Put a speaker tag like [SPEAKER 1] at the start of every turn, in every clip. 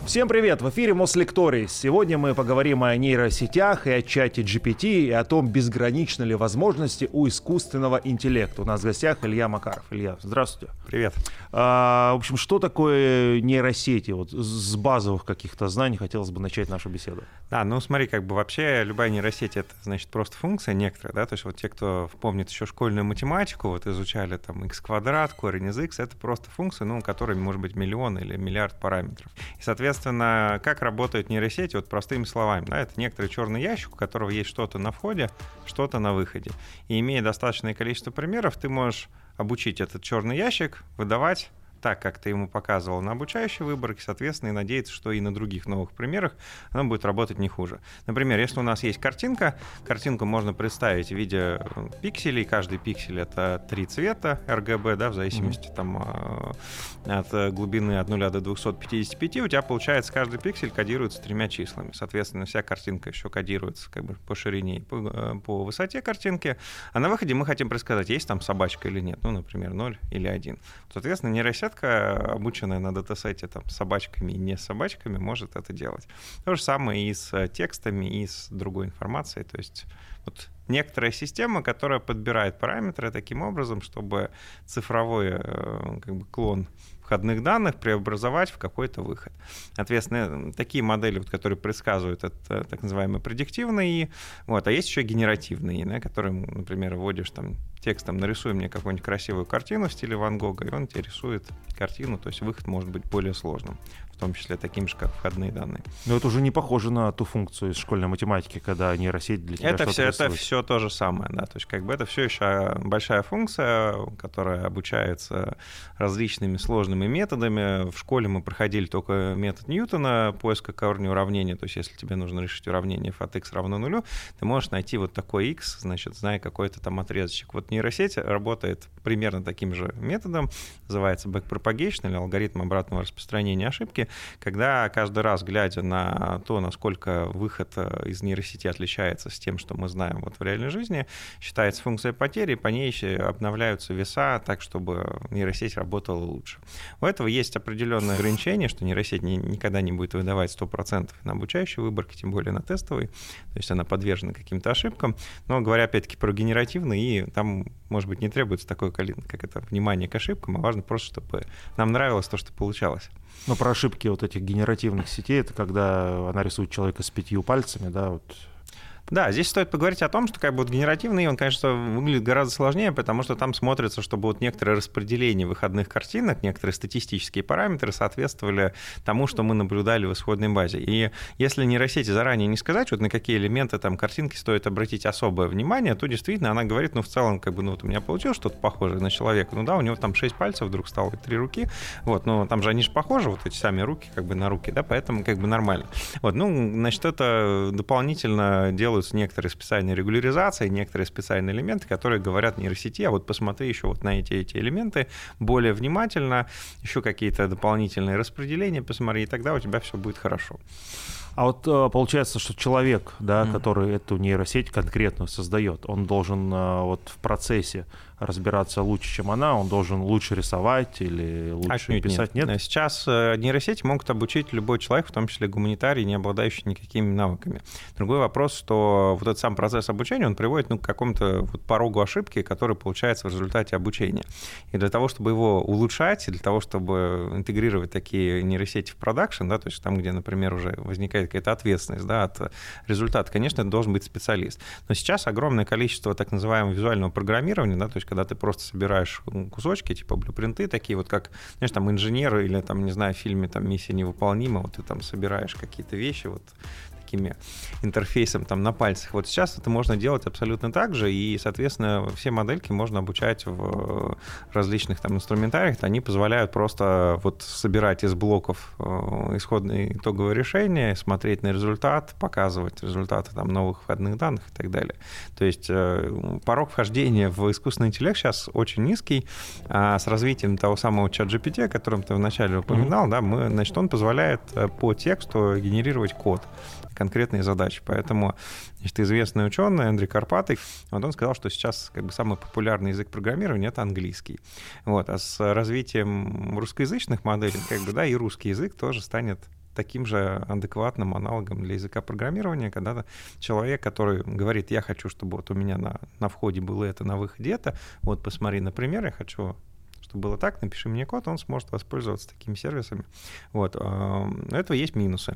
[SPEAKER 1] Всем привет! В эфире Мослекторий. Сегодня мы поговорим о нейросетях и о чате GPT, и о том, безграничны ли возможности у искусственного интеллекта. У нас в гостях Илья Макаров. Илья, здравствуйте.
[SPEAKER 2] Привет.
[SPEAKER 1] В общем, что такое нейросети? Вот с базовых каких-то знаний хотелось бы начать нашу беседу.
[SPEAKER 2] Да, ну смотри, как бы вообще любая нейросеть — это, значит, просто функция некоторая, да, то есть вот те, кто помнит еще школьную математику, вот изучали там x квадрат, корень из x, это просто функция, ну, у которой может быть миллион или миллиард параметров. И, соответственно, как работают нейросети, вот простыми словами, да, это некоторый черный ящик, у которого есть что-то на входе, что-то на выходе. И имея достаточное количество примеров, ты можешь обучить этот черный ящик выдавать так, как ты ему показывал на обучающей выборке, соответственно, и надеяться, что и на других новых примерах она будет работать не хуже. Например, если у нас есть картинка, картинку можно представить в виде пикселей, каждый пиксель — это 3 цвета RGB, да, в зависимости там, от глубины от 0 до 255, у тебя, получается, каждый пиксель кодируется 3 числами. Соответственно, вся картинка еще кодируется как бы по ширине и по высоте картинки, а на выходе мы хотим предсказать, есть там собачка или нет, ну, например, 0 или 1. Соответственно, нейросеть, обученная на датасете там, с собачками и не с собачками, может это делать. То же самое и с текстами, и с другой информацией. То есть вот некоторая система, которая подбирает параметры таким образом, чтобы цифровой как бы, клон входных данных преобразовать в какой-то выход. Соответственно, такие модели, вот, которые предсказывают, это так называемые предиктивные, вот, а есть еще генеративные, да, которые, например, вводишь там текстом «нарисуй мне какую-нибудь красивую картину в стиле Ван Гога», и он тебе рисует картину, то есть выход может быть более сложным, в том числе таким же, как входные данные.
[SPEAKER 1] Но это уже не похоже на ту функцию из школьной математики, когда нейросеть для тебя что-то рисует.
[SPEAKER 2] Это все то же самое, да, то есть как бы это все еще большая функция, которая обучается различными сложными методами. В школе мы проходили только метод Ньютона поиска корня уравнения, то есть если тебе нужно решить уравнение f от x равно нулю, ты можешь найти вот такой x, значит, зная какой-то там отрезочек. Вот нейросеть работает примерно таким же методом, называется backpropagation или алгоритм обратного распространения ошибки, когда каждый раз, глядя на то, насколько выход из нейросети отличается с тем, что мы знаем вот в реальной жизни, считается функция потери, по ней обновляются веса так, чтобы нейросеть работала лучше. У этого есть определенное ограничение, что нейросеть никогда не будет выдавать 100% на обучающей выборке, тем более на тестовой, то есть она подвержена каким-то ошибкам. Но говоря опять-таки про генеративные, и там, может быть, не требуется такое, как это, внимание к ошибкам, а важно просто, чтобы нам нравилось то, что получалось.
[SPEAKER 1] Но про ошибки вот этих генеративных сетей, это когда она рисует человека с 5 пальцами, да, вот.
[SPEAKER 2] Да, здесь стоит поговорить о том, что как бы вот генеративный, он, конечно, выглядит гораздо сложнее, потому что там смотрится, чтобы вот некоторое распределение выходных картинок, некоторые статистические параметры соответствовали тому, что мы наблюдали в исходной базе. И если нейросети заранее не сказать, вот на какие элементы там картинки стоит обратить особое внимание, то действительно она говорит, ну, в целом, как бы, ну, вот у меня получилось что-то похожее на человека, ну да, у него там 6 пальцев вдруг стало, 3 руки, вот, но там же они же похожи, вот эти сами руки, как бы на руки, да, поэтому как бы нормально. Вот, ну, значит, это дополнительно делают некоторые специальные регуляризации, некоторые специальные элементы, которые говорят нейросети, а вот посмотри еще вот на эти элементы более внимательно, еще какие-то дополнительные распределения посмотри, и тогда у тебя все будет хорошо.
[SPEAKER 1] А вот получается, что человек, да, который эту нейросеть конкретно создает, он должен вот в процессе разбираться лучше, чем она, он должен лучше рисовать или лучше писать? Нет?
[SPEAKER 2] Сейчас нейросети могут обучить любой человек, в том числе гуманитарий, не обладающий никакими навыками. Другой вопрос, что вот этот сам процесс обучения, он приводит к какому-то вот порогу ошибки, который получается в результате обучения. И для того, чтобы его улучшать, и для того, чтобы интегрировать такие нейросети в продакшн, да, то есть там, где, например, уже возникает какая-то ответственность, да, от результата, конечно, это должен быть специалист. Но сейчас огромное количество так называемого визуального программирования, да, то есть когда ты просто собираешь кусочки, типа блюпринты, такие вот как, знаешь, там инженеры или там, не знаю, в фильме там «Миссия невыполнима», вот ты там собираешь какие-то вещи, вот такими интерфейсом там на пальцах. Вот сейчас это можно делать абсолютно так же, и, соответственно, все модельки можно обучать в различных там инструментариях. Они позволяют просто вот собирать из блоков исходные итоговые решения, смотреть на результат, показывать результаты там новых входных данных и так далее. То есть порог вхождения в искусственный интеллект сейчас очень низкий, а с развитием того самого чат GPT, о котором ты вначале упоминал, да, значит, он позволяет по тексту генерировать код конкретные задачи. Поэтому, значит, известный ученый Андрей Карпатый, вот он сказал, что сейчас как бы самый популярный язык программирования — это английский. Вот. А с развитием русскоязычных моделей, как бы, да, и русский язык тоже станет таким же адекватным аналогом для языка программирования, когда человек, который говорит, я хочу, чтобы вот у меня на входе было это, на выходе это, вот посмотри, например, я хочу, чтобы было так, напиши мне код, он сможет воспользоваться такими сервисами. Вот. У этого есть минусы.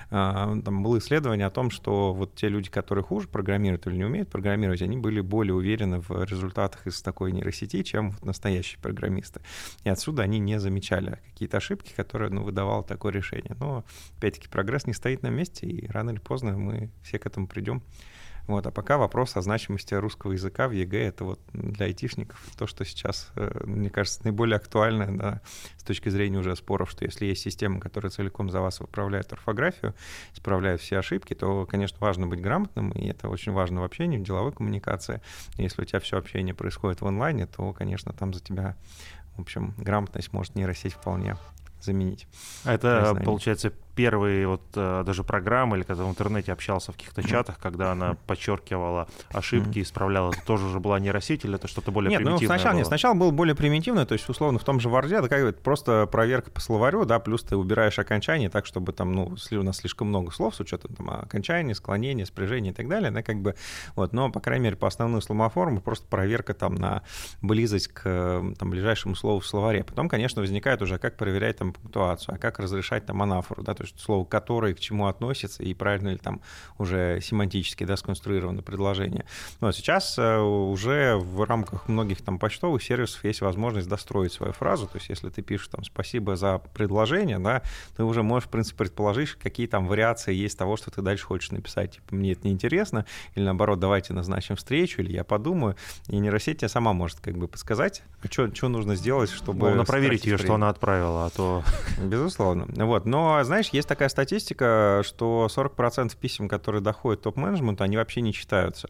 [SPEAKER 2] Там было исследование о том, что вот те люди, которые хуже программируют или не умеют программировать, они были более уверены в результатах из такой нейросети, чем вот настоящие программисты. И отсюда они не замечали какие-то ошибки, которые выдавало такое решение. Но, опять-таки, прогресс не стоит на месте, и рано или поздно мы все к этому придем. Вот, а пока вопрос о значимости русского языка в ЕГЭ — это вот для айтишников то, что сейчас, мне кажется, наиболее актуально, да, с точки зрения уже споров, что если есть система, которая целиком за вас выправляет орфографию, исправляет все ошибки, то, конечно, важно быть грамотным, и это очень важно в общении, в деловой коммуникации. Если у тебя все общение происходит в онлайне, то, конечно, там за тебя, в общем, грамотность может нейросеть вполне заменить.
[SPEAKER 1] Это, получается, первые вот даже программы, или когда в интернете общался в каких-то чатах, когда она подчеркивала ошибки, исправляла, это тоже уже была нейросеть, или это что-то более примитивное было?
[SPEAKER 2] Сначала было более примитивное, то есть, условно, в том же Word, это как просто проверка по словарю, да, плюс ты убираешь окончание так, чтобы там, у нас слишком много слов с учетом там окончания, склонения, спряжения и так далее, да, как бы, вот, но, по крайней мере, по основной словоформе просто проверка там на близость к там ближайшему слову в словаре. Потом, конечно, возникает уже, как проверять там пунктуацию, а как разрешать там анафору, да, то есть слово «которое» к чему относится, и правильно ли там уже семантически, да, сконструировано предложение. Но сейчас уже в рамках многих там почтовых сервисов есть возможность достроить свою фразу, то есть если ты пишешь там «спасибо за предложение», да, ты уже можешь, в принципе, предположить, какие там вариации есть того, что ты дальше хочешь написать, типа «мне это неинтересно», или наоборот «давайте назначим встречу», или «я подумаю», и нейросеть тебе сама может как бы подсказать, что нужно сделать, чтобы...
[SPEAKER 1] Можно проверить ее, что она отправила, а то...
[SPEAKER 2] Безусловно. Вот. Но, знаешь, есть такая статистика, что 40% писем, которые доходят топ-менеджменту, они вообще не читаются.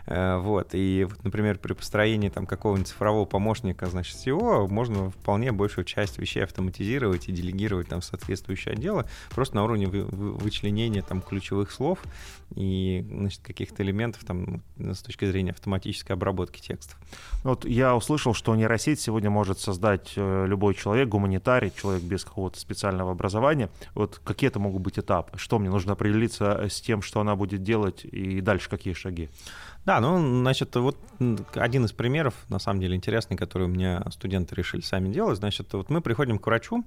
[SPEAKER 2] Вот. И, например, при построении там какого-нибудь цифрового помощника, значит, SEO, можно вполне большую часть вещей автоматизировать и делегировать там в соответствующие отделы просто на уровне вычленения там ключевых слов и, значит, каких-то элементов там с точки зрения автоматической обработки текстов.
[SPEAKER 1] Вот я услышал, что нейросеть сегодня может создать любой человек, гуманитарий, человек без какого-то специального образования. Вот какие это могут быть этапы? Что мне нужно определиться с тем, что она будет делать, и дальше какие шаги?
[SPEAKER 2] Да, значит, вот один из примеров, на самом деле, интересный, который у меня студенты решили сами делать. Значит, вот мы приходим к врачу,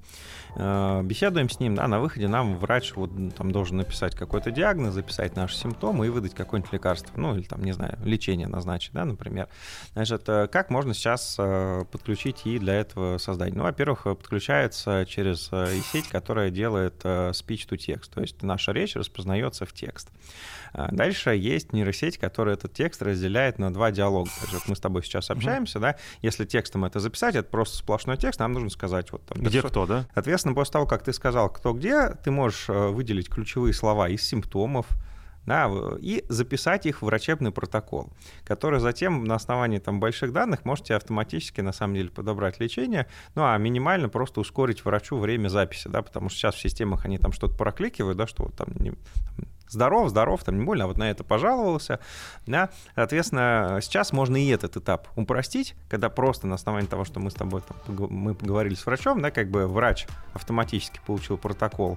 [SPEAKER 2] беседуем с ним, да, на выходе нам врач вот там должен написать какой-то диагноз, записать наши симптомы и выдать какое-нибудь лекарство, или там, не знаю, лечение назначить, да, например. Значит, как можно сейчас подключить и для этого создать? Во-первых, подключается через сеть, которая делает speech to text, то есть наша речь распознается в текст. Дальше есть нейросеть, которая этот текст разделяет на два диалога. То есть вот мы с тобой сейчас общаемся, да, если текстом это записать, это просто сплошной текст, нам нужно сказать вот там...
[SPEAKER 1] Где кто, да?
[SPEAKER 2] Соответственно, после того, как ты сказал кто где, ты можешь выделить ключевые слова из симптомов, да, и записать их в врачебный протокол, который затем на основании там больших данных можете автоматически на самом деле подобрать лечение, а минимально просто ускорить врачу время записи, да, потому что сейчас в системах они там что-то прокликивают, да, что вот там здоров, там не больно, а вот на это пожаловался. Да. Соответственно, сейчас можно и этот этап упростить, когда просто на основании того, что мы с тобой мы поговорили с врачом, да, как бы врач автоматически получил протокол,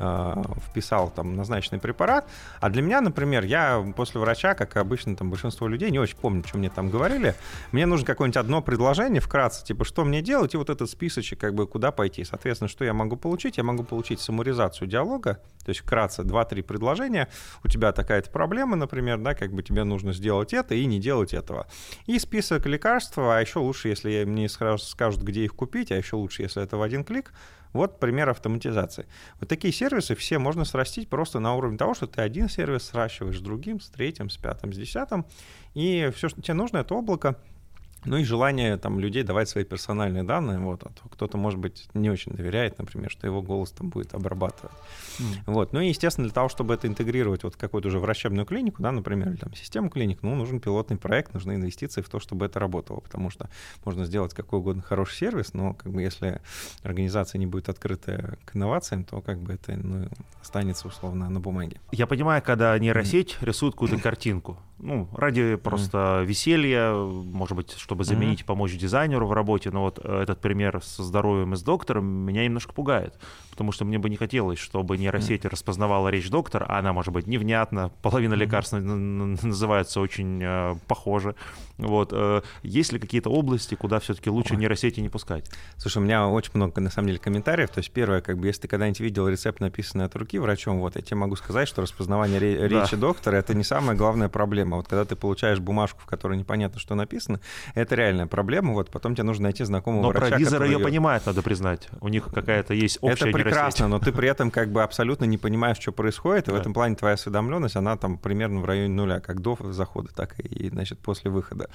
[SPEAKER 2] вписал там назначенный препарат, а для меня, например, я после врача, как обычно там большинство людей, не очень помню, что мне там говорили, мне нужно какое-нибудь одно предложение вкратце, типа, что мне делать, и вот этот списочек, как бы, куда пойти. Соответственно, что я могу получить? Я могу получить саммаризацию диалога, то есть вкратце 2-3 предложения, у тебя такая-то проблема, например, да, как бы тебе нужно сделать это и не делать этого. И список лекарств, а еще лучше, если мне скажут, где их купить, а еще лучше, если это в один клик. Вот пример автоматизации. Вот такие сервисы все можно срастить просто на уровне того, что ты один сервис сращиваешь с другим, с третьим, с пятым, с десятым, и все, что тебе нужно, это облако. И желание там людей давать свои персональные данные, вот, а то кто-то, может быть, не очень доверяет, например, что его голос там будет обрабатывать. Вот. И, естественно, для того, чтобы это интегрировать вот в какую-то уже врачебную клинику, да, например, или там систему клиник, нужен пилотный проект, нужны инвестиции в то, чтобы это работало, потому что можно сделать какой угодно хороший сервис, но как бы если организация не будет открыта к инновациям, то как бы это останется условно на бумаге.
[SPEAKER 1] Я понимаю, когда нейросеть рисует какую-то картинку, ради просто веселья, может быть, чтобы заменить и помочь дизайнеру в работе. Но вот этот пример со здоровьем и с доктором меня немножко пугает, потому что мне бы не хотелось, чтобы нейросеть распознавала речь доктора, а она может быть невнятна, половина лекарств называется очень похоже. Вот. Есть ли какие-то области, куда все-таки лучше нейросети не пускать?
[SPEAKER 2] Слушай, у меня очень много, на самом деле, комментариев. То есть первое, если ты когда-нибудь видел рецепт, написанный от руки врачом, я тебе могу сказать, что распознавание речи доктора — это не самая главная проблема. Вот когда ты получаешь бумажку, в которой непонятно, что написано, это реальная проблема. Потом тебе нужно найти знакомого врача.
[SPEAKER 1] Но провизор ее понимает, надо признать. У них какая-то есть общая
[SPEAKER 2] нейросеть. Это прекрасно, но ты при этом абсолютно не понимаешь, что происходит, и в этом плане твоя осведомленность, она там примерно в районе нуля, как до захода, так и, после выхода.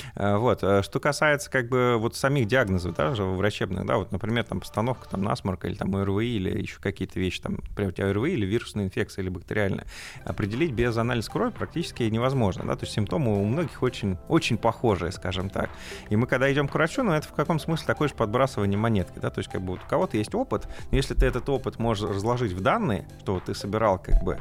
[SPEAKER 2] Что касается самих диагнозов, врачебных, например, постановка насморка или ОРВИ, или еще какие-то вещи, например, у тебя ОРВИ или вирусная инфекция, или бактериальная, определить без анализа крови практически невозможно, то есть симптомы у многих очень, очень похожие, скажем так. И мы, когда идем к врачу, это в каком смысле такое же подбрасывание монетки, то есть у кого-то есть опыт, но если ты этот опыт можешь разложить в данные, что ты собирал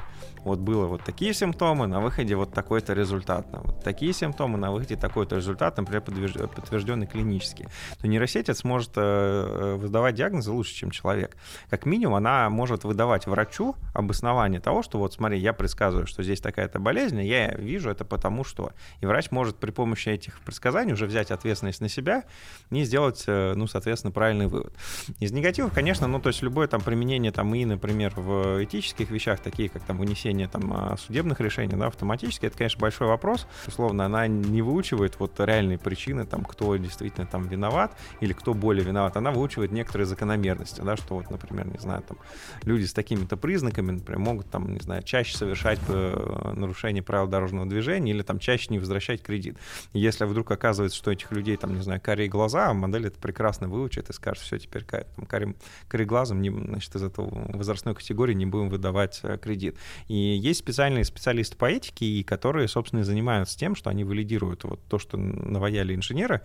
[SPEAKER 2] было такие симптомы, на выходе такой-то результат, такие симптомы, на выходе такой-то результат, например, подтвержденный клинически, то нейросеть сможет выдавать диагнозы лучше, чем человек. Как минимум, она может выдавать врачу обоснование того, что смотри, я предсказываю, что здесь такая-то болезнь, я вижу это потому что. И врач может при помощи этих предсказаний уже взять ответственность на себя и сделать, соответственно, правильный вывод. Из негативов, конечно, то есть любое применение ИИ, например, в этических вещах, такие как вынесение судебных решений, автоматически, это, конечно, большой вопрос. Условно, она не выучивает реальные причины, кто действительно виноват или кто более виноват. Она выучивает некоторые закономерности, что например, не знаю, люди с такими-то признаками, например, могут чаще совершать нарушение правил дорожного движения или чаще не возвращать кредит. И если вдруг оказывается, что у этих людей карие глаза, модель это прекрасно выучит и скажет, все, теперь кареглазым из этого возрастной категории не будем выдавать кредит. И есть специальные специалисты по этике, которые, собственно, и занимаются тем, что они валидируют то, что наваяли инженеры,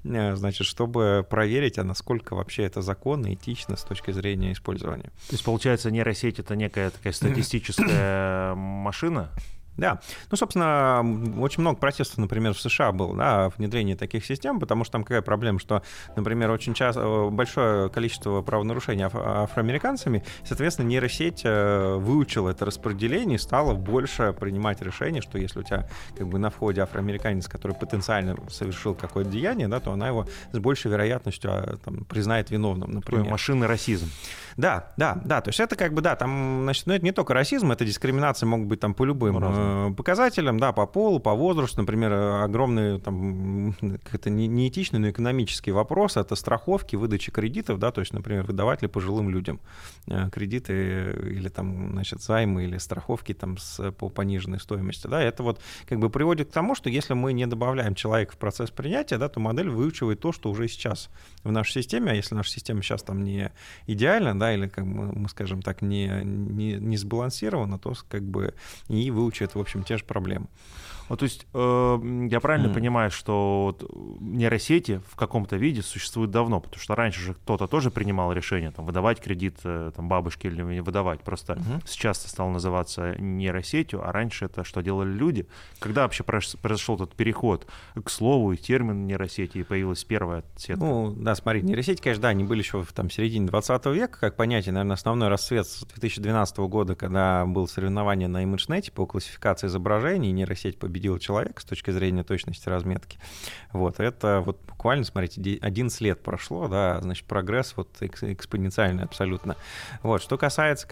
[SPEAKER 2] чтобы проверить, а насколько вообще это законно, этично с точки зрения использования.
[SPEAKER 1] То есть, получается, нейросеть — это некая такая статистическая машина?
[SPEAKER 2] Да. Собственно, очень много протестов, например, в США было, о внедрении таких систем, потому что там какая проблема, что, например, очень часто большое количество правонарушений афроамериканцами, соответственно, нейросеть выучила это распределение и стала больше принимать решение, что если у тебя на входе афроамериканец, который потенциально совершил какое-то деяние, то она его с большей вероятностью признает виновным, например.
[SPEAKER 1] Такой машинный расизм.
[SPEAKER 2] Да. То есть это но это не только расизм, это дискриминация могут быть по любым показателям, по полу, по возрасту, например, огромные это не этичные, но экономические вопросы, это страховки, выдачи кредитов, то есть, например, выдавать ли пожилым людям кредиты или займы или страховки по пониженной стоимости, это приводит к тому, что если мы не добавляем человека в процесс принятия, то модель выучивает то, что уже сейчас в нашей системе, а если наша система сейчас не идеальна, или мы скажем так, не сбалансирована, то и выучит, в общем, те же проблемы.
[SPEAKER 1] То есть я правильно понимаю, что нейросети в каком-то виде существуют давно, потому что раньше же кто-то тоже принимал решение выдавать кредит бабушке или не выдавать. Просто сейчас это стало называться нейросетью, а раньше это что делали люди? Когда вообще произошел этот переход к слову и термину нейросети, и появилась первая сетка?
[SPEAKER 2] Смотри, нейросети, конечно, они были еще в середине 20 века, как понятие, наверное, основной расцвет с 2012 года, когда было соревнование на ImageNet по классификации изображений, нейросеть победила человека с точки зрения точности разметки. Это буквально, смотрите, 11 лет прошло, прогресс экспоненциальный абсолютно. Что касается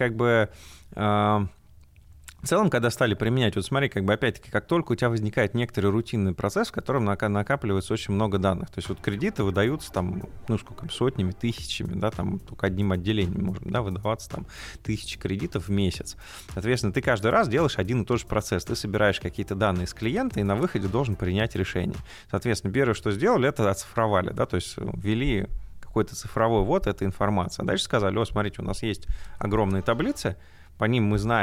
[SPEAKER 2] в целом, когда стали применять, смотри, опять-таки, как только у тебя возникает некоторый рутинный процесс, в котором накапливается очень много данных. То есть кредиты выдаются сотнями, тысячами, только одним отделением может выдаваться тысячи кредитов в месяц. Соответственно, ты каждый раз делаешь один и тот же процесс. Ты собираешь какие-то данные с клиента и на выходе должен принять решение. Соответственно, первое, что сделали, это оцифровали, то есть ввели какой-то цифровой ввод этой информации. А дальше сказали, смотрите, у нас есть огромные таблицы, по ним мы знаем,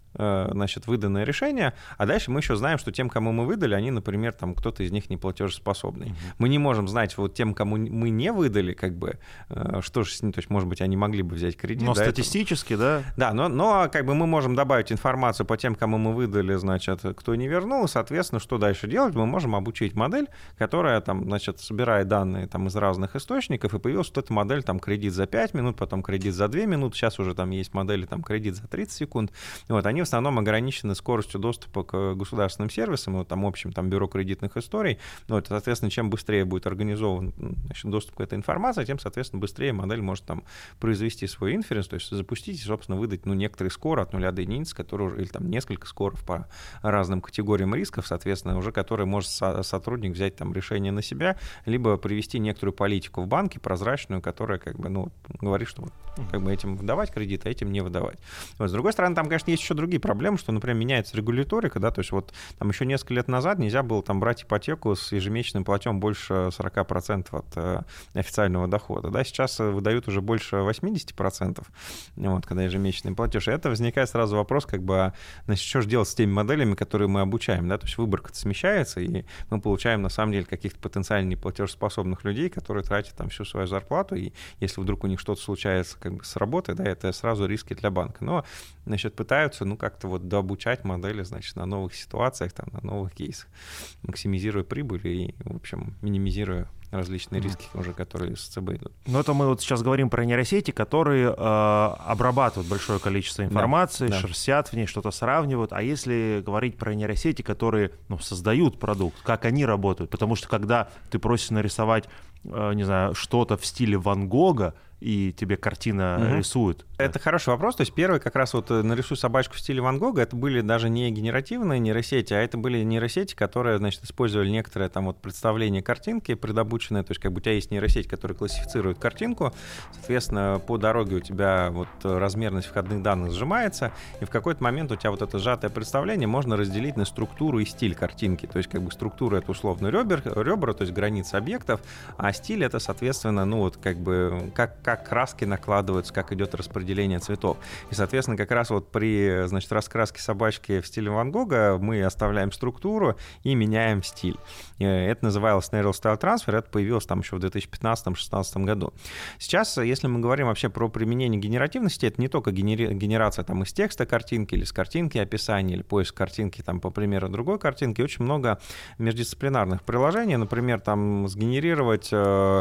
[SPEAKER 2] значит, выданное решение, а дальше мы еще знаем, что тем, кому мы выдали, они, например, там кто-то из них не платежеспособный. Мы не можем знать вот тем, кому мы не выдали, как бы, что же с ним, то есть, может быть, они могли бы взять кредит.
[SPEAKER 1] Но статистически, да?
[SPEAKER 2] Да, но как бы мы можем добавить информацию по тем, кому мы выдали, значит, кто не вернул, и, соответственно, что дальше делать? Мы можем обучить модель, которая там, значит, собирает данные там из разных источников, и появилась вот эта модель, там, кредит за 5 минут, потом кредит за 2 минуты, сейчас уже там есть модели, там, кредит за 30 секунд. Вот, они в основном ограничены скоростью доступа к государственным сервисам, вот, там, общим там, бюро кредитных историй. Вот, соответственно, чем быстрее будет организован, значит, доступ к этой информации, тем, соответственно, быстрее модель может там произвести свой инференс, то есть запустить и, собственно, выдать, ну, некоторый скор от 0 до единицы, который, или там несколько скоров по разным категориям рисков, соответственно, уже который может сотрудник взять там решение на себя, либо привести некоторую политику в банке прозрачную, которая как бы, ну, говорит, что вот, как бы этим выдавать кредит, а этим не выдавать. Вот, с другой стороны, там, конечно, есть еще другие проблемы, что, например, меняется регуляторика, да, то есть вот там еще несколько лет назад нельзя было там брать ипотеку с ежемесячным платежом больше 40% от официального дохода, да, сейчас выдают уже больше 80%, вот, когда ежемесячный платеж, и это возникает сразу вопрос, как бы, значит, что же делать с теми моделями, которые мы обучаем, да, то есть выборка-то смещается, и мы получаем, на самом деле, каких-то потенциально неплатежеспособных людей, которые тратят там всю свою зарплату, и если вдруг у них что-то случается как бы с работой, да, это сразу риски для банка, но, значит, пытаются, ну, как-то вот дообучать модели, значит, на новых ситуациях, там, на новых кейсах, максимизируя прибыль и, в общем, минимизируя различные риски уже, которые с ЦБ идут.
[SPEAKER 1] Но это мы вот сейчас говорим про нейросети, которые обрабатывают большое количество информации,
[SPEAKER 2] да.
[SPEAKER 1] шерстят в ней, что-то сравнивают. А если говорить про нейросети, которые, ну, создают продукт, как они работают? Потому что когда ты просишь нарисовать, не знаю, что-то в стиле Ван Гога, и тебе картина рисует.
[SPEAKER 2] Это хороший вопрос. То есть первый как раз вот «Нарисуй собачку в стиле Ван Гога» это были даже не генеративные нейросети, а это были нейросети, которые, значит, использовали некоторое там вот представление картинки предобученное. То есть как бы у тебя есть нейросеть, которая классифицирует картинку, соответственно, по дороге у тебя вот размерность входных данных сжимается, и в какой-то момент у тебя вот это сжатое представление можно разделить на структуру и стиль картинки. То есть как бы структура — это условно ребра, то есть границы объектов, а стиль — это, соответственно, ну вот как бы как краски накладываются, как идет распределение цветов. И, соответственно, как раз вот при, значит, раскраске собачки в стиле Ван Гога мы оставляем структуру и меняем стиль. И это называлось Neural Style Transfer, это появилось там еще в 2015-2016 году. Сейчас, если мы говорим вообще про применение генеративности, это не только генерация там из текста картинки или с картинки описания, или поиск картинки там по примеру другой картинки, очень много междисциплинарных приложений, например, там сгенерировать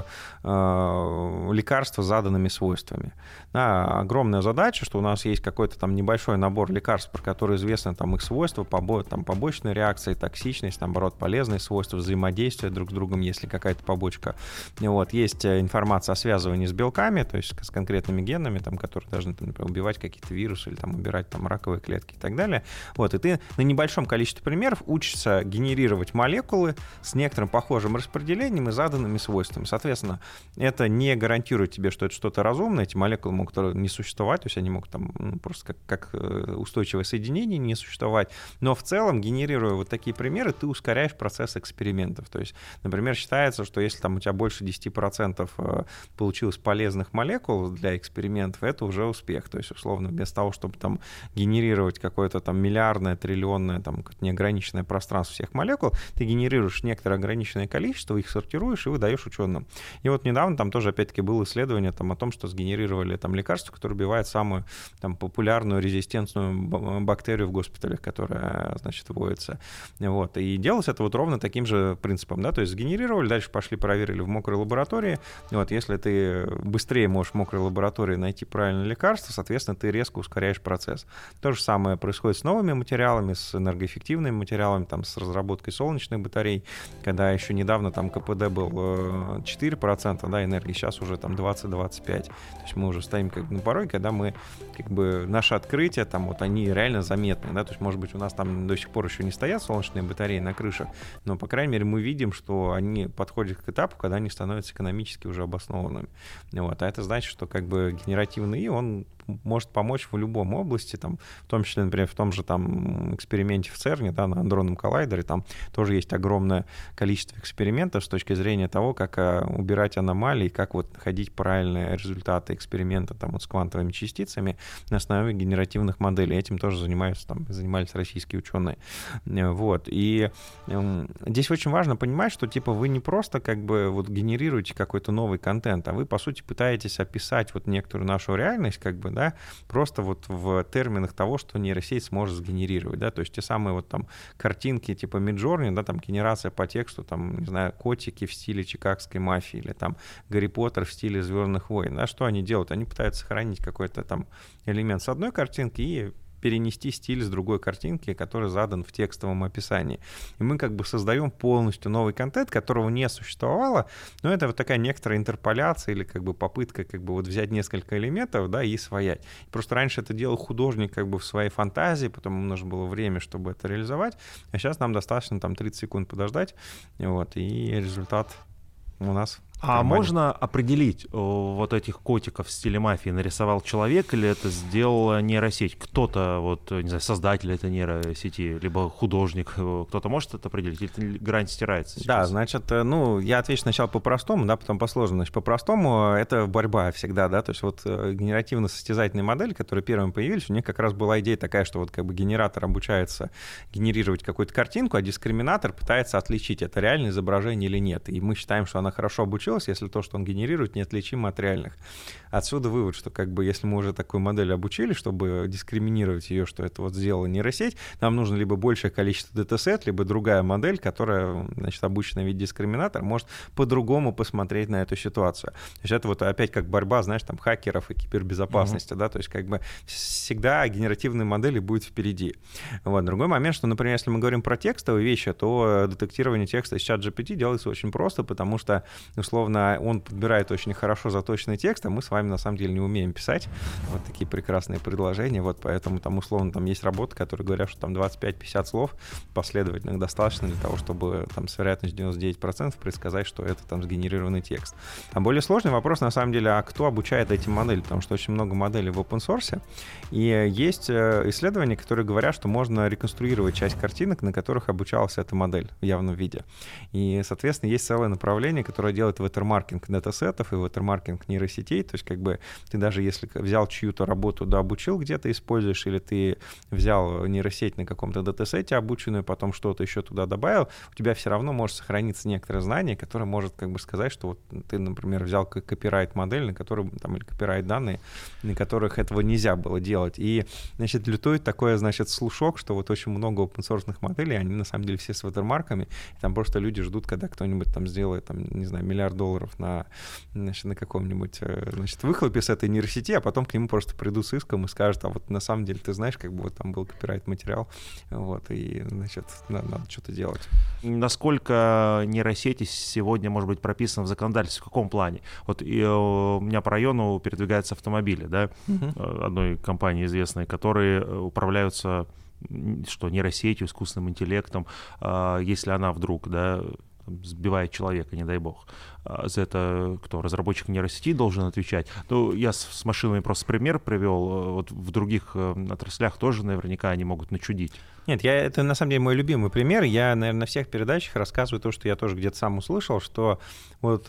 [SPEAKER 2] лекарства с заданными свойствами. Да, огромная задача, что у нас есть какой-то там небольшой набор лекарств, про которые известны там их свойства, там побочные реакции, токсичность, наоборот, полезные свойства, взаимодействия друг с другом, если какая-то побочка. Вот. Есть информация о связывании с белками, то есть с конкретными генами, там, которые должны, например, убивать какие-то вирусы или там, убирать там, раковые клетки и так далее. Вот. И ты на небольшом количестве примеров учишься генерировать молекулы с некоторым похожим распределением и заданными свойствами. Соответственно, это не гарантирует тебе, что это что-то разумное, эти молекулы могут не существовать, то есть они могут там просто как устойчивое соединение не существовать, но в целом, генерируя вот такие примеры, ты ускоряешь процесс экспериментов. То есть, например, считается, что если там у тебя больше 10% получилось полезных молекул для экспериментов, это уже успех. То есть, условно, вместо того, чтобы там генерировать какое-то там миллиардное, триллионное, там неограниченное пространство всех молекул, ты генерируешь некоторое ограниченное количество, их сортируешь и выдаешь ученым. И вот недавно там тоже, опять-таки, было исследование там, о том, что сгенерировали там лекарство, которое убивает самую там, популярную резистентную бактерию в госпиталях, которая, значит, вводится. Вот. И делалось это вот ровно таким же принципом, да, то есть сгенерировали, дальше пошли проверили в мокрой лаборатории. Вот. Если ты быстрее можешь в мокрой лаборатории найти правильное лекарство, соответственно, ты резко ускоряешь процесс. То же самое происходит с новыми материалами, с энергоэффективными материалами, там, с разработкой солнечных батарей, когда еще недавно там КПД был 4%, да, энергии, сейчас уже там 20-25%. То есть мы уже стоим как на пороге, когда мы, как бы, наши открытия, там, вот они реально заметны, да, то есть, может быть, у нас там до сих пор еще не стоят солнечные батареи на крышах, но, по крайней мере, мы видим, что они подходят к этапу, когда они становятся экономически уже обоснованными. Вот. А это значит, что, как бы, генеративный ИИ, он может помочь в любом области, там, в том числе, например, в том же там эксперименте в ЦЕРНе, да, на адронном коллайдере, там тоже есть огромное количество экспериментов с точки зрения того, как убирать аномалии, как вот находить правильные результаты эксперимента там, вот с квантовыми частицами на основе генеративных моделей. Этим тоже занимались российские ученые. Вот. И здесь очень важно понимать, что типа вы не просто как бы вот генерируете какой-то новый контент, а вы, по сути, пытаетесь описать вот некоторую нашу реальность, как бы, да, просто вот в терминах того, что нейросеть сможет сгенерировать, да, то есть те самые вот там картинки типа Midjourney, да, там генерация по тексту, там, не знаю, котики в стиле чикагской мафии или там Гарри Поттер в стиле «Звездных войн», да, что они делают? Они пытаются сохранить какой-то там элемент с одной картинки и перенести стиль с другой картинки, который задан в текстовом описании. И мы как бы создаем полностью новый контент, которого не существовало, но это вот такая некоторая интерполяция или как бы попытка как бы вот взять несколько элементов, да, и своять. Просто раньше это делал художник как бы в своей фантазии, потом ему нужно было время, чтобы это реализовать, а сейчас нам достаточно там 30 секунд подождать, вот, и результат у нас.
[SPEAKER 1] А можно определить, вот этих котиков в стиле мафии нарисовал человек или это сделала нейросеть? Кто-то, вот, не знаю, создатель этой нейросети, либо художник, кто-то может это определить? Или грань стирается сейчас?
[SPEAKER 2] Да, значит, ну, я отвечу сначала по-простому, да, потом по-сложному. Значит, по-простому это борьба всегда, да, то есть вот генеративно-состязательные модели, которые первыми появились, у них как раз была идея такая, что вот как бы генератор обучается генерировать какую-то картинку, а дискриминатор пытается отличить, это реальное изображение или нет. И мы считаем, что она хорошо обучилась, если то, что он генерирует, неотличимо от реальных. Отсюда вывод, что как бы если мы уже такую модель обучили, чтобы дискриминировать ее, что это вот сделала нейросеть, нам нужно либо большее количество датасет, либо другая модель, которая, значит, обучена в виде дискриминатора, может по-другому посмотреть на эту ситуацию. То есть это вот опять как борьба, знаешь, там хакеров и кибербезопасности, да, то есть как бы всегда генеративные модели будут впереди. Вот. Другой момент, что, например, если мы говорим про текстовые вещи, то детектирование текста из ChatGPT делается очень просто, потому что, условно, он подбирает очень хорошо заточенный текст, а мы с вами на самом деле не умеем писать вот такие прекрасные предложения, вот поэтому там условно там есть работы, которые говорят, что там 25-50 слов последовательных достаточно для того, чтобы там с вероятностью 99% предсказать, что это там сгенерированный текст. А более сложный вопрос на самом деле, а кто обучает эти модели, потому что очень много моделей в open source, и есть исследования, которые говорят, что можно реконструировать часть картинок, на которых обучалась эта модель в явном виде. И, соответственно, есть целое направление, которое делает ватермаркинг датасетов и ватермаркинг нейросетей, то есть как бы ты даже если взял чью-то работу, да, обучил, где-то используешь, или ты взял нейросеть на каком-то датасете обученную, потом что-то еще туда добавил, у тебя все равно может сохраниться некоторое знание, которое может как бы сказать, что вот ты, например, взял копирайт-модель, на которой, там, или копирайт-данные, на которых этого нельзя было делать. И, значит, лютует такое, значит, слушок, что вот очень много open-source моделей, они на самом деле все с ватермарками, и там просто люди ждут, когда кто-нибудь там сделает, там, не знаю, $1 миллиард на, значит, на каком-нибудь, значит, выхлопе с этой нейросети, а потом к нему просто придут с иском и скажут, а вот на самом деле ты знаешь, как бы вот там был копирайт-материал, вот, и, значит, надо что-то делать.
[SPEAKER 1] Насколько нейросети сегодня может быть прописаны в законодательстве, в каком плане? Вот и у меня по району передвигаются автомобили, да, одной компании известной, которые управляются, что нейросетью, искусственным интеллектом, если она вдруг, да, сбивает человека, не дай бог. За это кто? Разработчик нейросети должен отвечать. Ну, я с машинами просто пример привел. Вот в других отраслях тоже наверняка они могут начудить.
[SPEAKER 2] Нет, это на самом деле мой любимый пример. Я, наверное, на всех передачах рассказываю то, что я тоже где-то сам услышал, что вот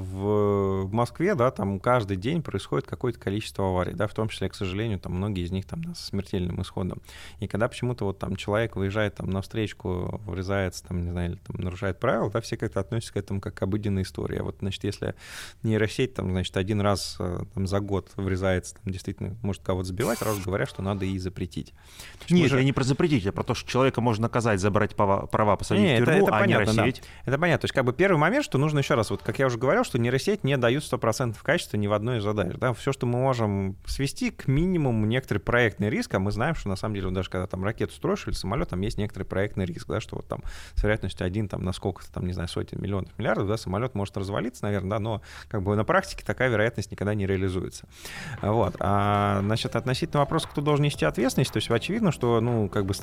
[SPEAKER 2] в Москве, да, там каждый день происходит какое-то количество аварий, да, в том числе, к сожалению, там многие из них там со смертельным исходом. И когда почему-то вот там человек выезжает там на встречку, врезается, там, не знаю, или там нарушает правила, да, все как-то относятся к этому как к обыденной истории. А вот, значит, если нейросеть там, значит, один раз там, за год врезается, там, действительно может кого-то сбивать, сразу говорят, что надо и запретить.
[SPEAKER 1] Нет, я не про запретить, я про то, что человека можно наказать, забрать права, посадить в тюрьму, а
[SPEAKER 2] понятно,
[SPEAKER 1] нейросеть...
[SPEAKER 2] Да. Это понятно. То есть как бы первый момент, что нужно еще раз, вот как я уже говорил, что нейросеть не дают 100% качества ни в одной из задач. Да? Все, что мы можем свести к минимуму некоторый проектный риск, а мы знаем, что на самом деле, вот даже когда там ракету строишь или самолет, там есть некоторый проектный риск, да, что вот там с вероятностью 1 там, на сколько-то, там, не знаю, сотен миллионов, миллиардов, да, самолет может развалиться, наверное, да, но как бы на практике такая вероятность никогда не реализуется. Вот. А, значит, относительно вопроса, кто должен нести ответственность, то есть очевидно, что, ну, как бы ставить разработку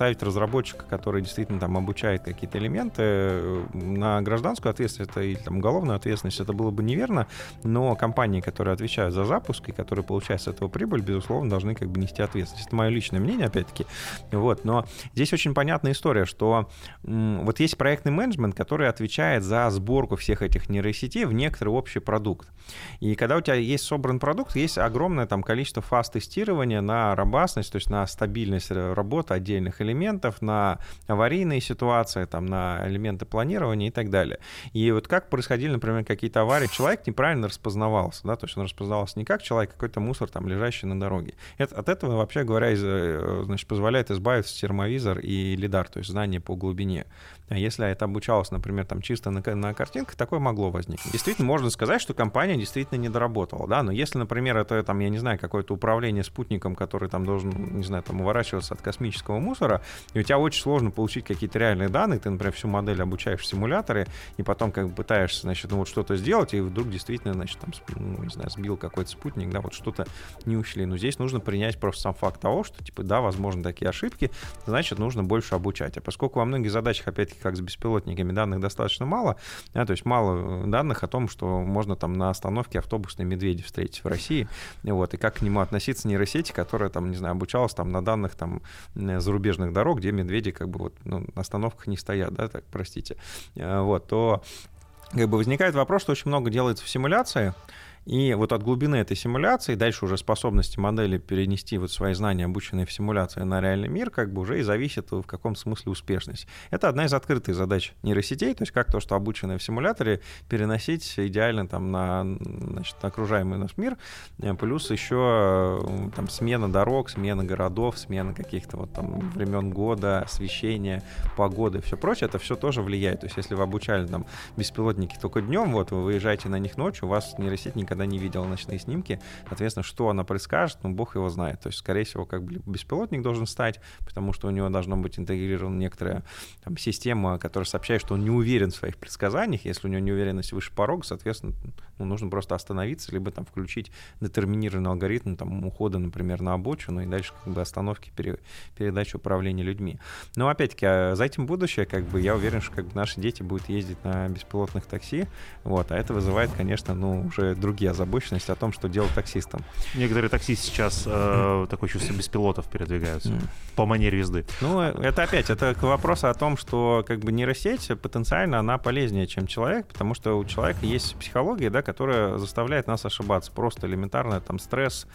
[SPEAKER 2] разработчика, который действительно там обучает какие-то элементы, на гражданскую ответственность или там уголовную ответственность это было бы неверно, но компании, которые отвечают за запуск и которые получают с этого прибыль, безусловно, должны как бы нести ответственность. Это мое личное мнение, опять-таки. Вот. Но здесь очень понятная история, что вот есть проектный менеджмент, который отвечает за сборку всех этих нейросетей в некоторый общий продукт. И когда у тебя есть собран продукт, есть огромное там количество фаз тестирования на робастность, то есть на стабильность работы отдельных элементов, на аварийные ситуации, там, на элементы планирования и так далее. И вот как происходили, например, какие-то аварии, человек неправильно распознавался, да, то есть он распознавался не как человек, а какой-то мусор, там, лежащий на дороге. От этого, вообще говоря, значит, позволяет избавиться термовизор и лидар, то есть знание по глубине. А если это обучалось, например, там, чисто на картинках, такое могло возникнуть. Действительно, можно сказать, что компания действительно не доработала, да, но если, например, это, там, я не знаю, какое-то управление спутником, который там должен, не знаю, там, уворачиваться от космического мусора, и у тебя очень сложно получить какие-то реальные данные, ты, например, всю модель обучаешь в симуляторе, и потом как бы пытаешься, значит, ну вот что-то сделать, и вдруг действительно, значит, там, ну, не знаю, сбил какой-то спутник, да, вот что-то не учли. Но здесь нужно принять просто сам факт того, что, типа, да, возможно, такие ошибки, значит, нужно больше обучать. А поскольку во многих задачах, опять-таки, как с беспилотниками, данных достаточно мало, да, то есть мало данных о том, что можно там на остановке автобусные медведи встретить в России, вот, и как к нему относиться нейросети, которая, там, не знаю, обучалась там на данных там зарубежных дорог, где медведи как бы вот, ну, на остановках не стоят, да, так, простите, вот, то как бы возникает вопрос, что очень много делается в симуляции, и вот от глубины этой симуляции, дальше уже способности модели перенести вот свои знания, обученные в симуляции, на реальный мир, как бы уже и зависит в каком смысле успешность. Это одна из открытых задач нейросетей, то есть как то, что обученное в симуляторе, переносить идеально там на, значит, на окружаемый наш мир, плюс еще там смена дорог, смена городов, смена каких-то вот там времен года, освещения, погоды и все прочее, это все тоже влияет. То есть если вы обучали там беспилотники только днем, вот вы выезжаете на них ночью, у вас нейросеть никогда не видела ночные снимки, соответственно, что она предскажет, ну, бог его знает. То есть, скорее всего, как бы беспилотник должен стать, потому что у него должна быть интегрирована некоторая там система, которая сообщает, что он не уверен в своих предсказаниях. Если у него неуверенность выше порога, соответственно, ну, нужно просто остановиться, либо там включить детерминированный алгоритм там, ухода, например, на обочину и дальше как бы остановки, передачи управления людьми. Но, опять-таки, за этим будущее, как бы, я уверен, что как бы, наши дети будут ездить на беспилотных такси, вот, а это вызывает, конечно, ну, уже другие озабоченности о том, что делать таксистам.
[SPEAKER 1] Некоторые таксисты сейчас такое чувство беспилотов передвигаются по манере езды.
[SPEAKER 2] Ну, это опять, это вопрос о том, что как бы нейросеть потенциально она полезнее, чем человек, потому что у человека есть психология, да, которая заставляет нас ошибаться. Просто элементарно там стресс,